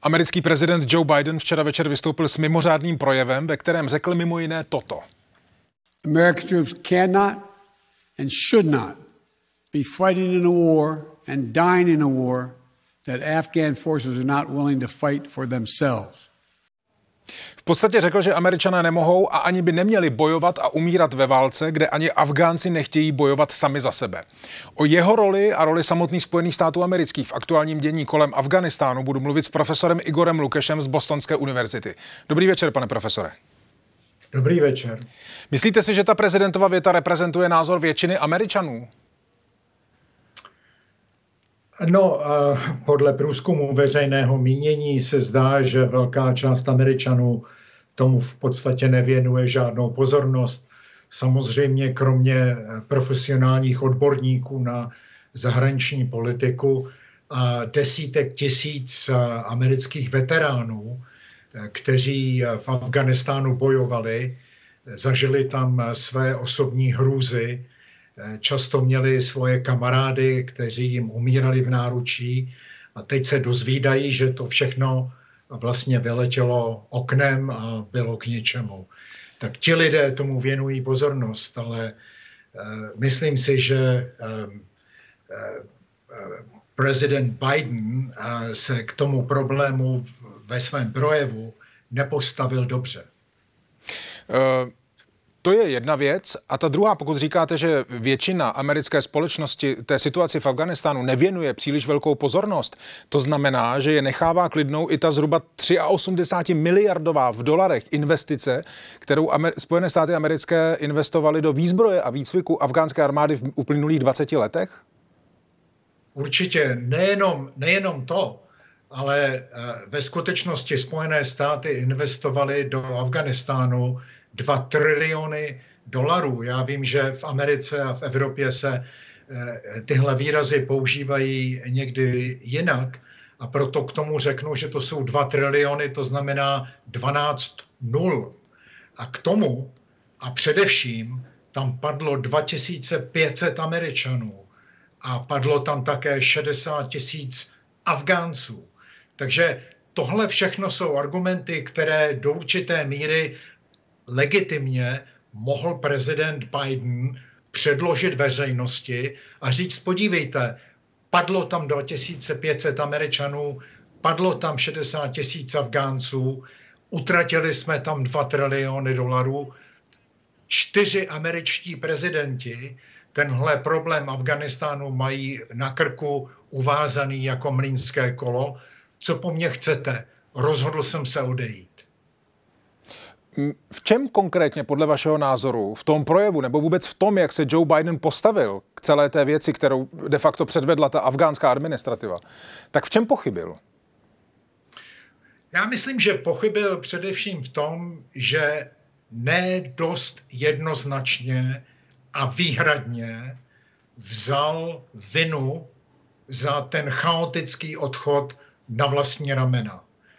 Americký prezident Joe Biden včera večer vystoupil s mimořádným projevem, ve kterém řekl mimo jiné toto. American troops cannot and should not be fighting in a war and dying in a war that Afghan forces are not willing to fight for themselves. V podstatě řekl, že Američané nemohou a ani by neměli bojovat a umírat ve válce, kde ani Afgánci nechtějí bojovat sami za sebe. O jeho roli a roli samotných Spojených států amerických v aktuálním dění kolem Afghánistánu budu mluvit s profesorem Igorem Lukešem z Bostonské univerzity. Dobrý večer, pane profesore. Dobrý večer. Myslíte si, že ta prezidentova věta reprezentuje názor většiny Američanů? No, podle průzkumu veřejného mínění se zdá, že velká část Američanů tomu v podstatě nevěnuje žádnou pozornost. Samozřejmě kromě profesionálních odborníků na zahraniční politiku a desítek tisíc amerických veteránů, kteří v Afghánistánu bojovali, zažili tam své osobní hrůzy, často měli svoje kamarády, kteří jim umírali v náručí a teď se dozvídají, že to všechno vlastně vyletělo oknem a bylo k ničemu. Tak ti lidé tomu věnují pozornost, ale myslím si, že prezident Biden se k tomu problému ve svém projevu nepostavil dobře. To je jedna věc. A ta druhá, pokud říkáte, že většina americké společnosti té situaci v Afghánistánu nevěnuje příliš velkou pozornost, to znamená, že je nechává klidnou i ta zhruba 83 miliardová v dolarech investice, kterou Spojené státy americké investovaly do výzbroje a výcviku afgánské armády v uplynulých 20 letech? Určitě nejenom to, ale ve skutečnosti Spojené státy investovaly do Afghánistánu 2 triliony dolarů. Já vím, že v Americe a v Evropě se tyhle výrazy používají někdy jinak a proto k tomu řeknu, že to jsou 2 triliony, to znamená 12 nul. A k tomu a především tam padlo 2500 Američanů a padlo tam také 60 000 Afgánců. Takže tohle všechno jsou argumenty, které do určité míry legitimně mohl prezident Biden předložit veřejnosti a říct, podívejte, padlo tam 2500 Američanů, padlo tam 60 000 Afgánců, utratili jsme tam 2 triliony dolarů. 4 američtí prezidenti tenhle problém Afghánistánu mají na krku uvázaný jako mlýnské kolo. Co po mně chcete? Rozhodl jsem se odejít. V čem konkrétně podle vašeho názoru, v tom projevu nebo vůbec v tom, jak se Joe Biden postavil k celé té věci, kterou de facto předvedla ta afgánská administrativa, tak v čem pochybil? Já myslím, že pochybil především v tom, že ne dost jednoznačně a výhradně vzal vinu za ten chaotický odchod na vlastní ramena.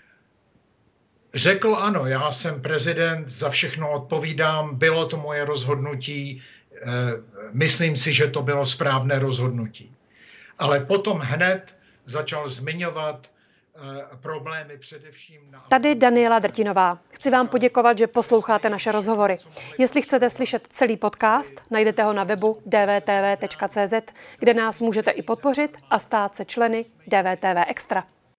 Řekl ano, já jsem prezident, za všechno odpovídám, bylo to moje rozhodnutí, myslím si, že to bylo správné rozhodnutí. Ale potom hned začal zmiňovat problémy především na... Tady Daniela Drtinová. Chci vám poděkovat, že posloucháte naše rozhovory. Jestli chcete slyšet celý podcast, najdete ho na webu dvtv.cz, kde nás můžete i podpořit a stát se členy DVTV Extra.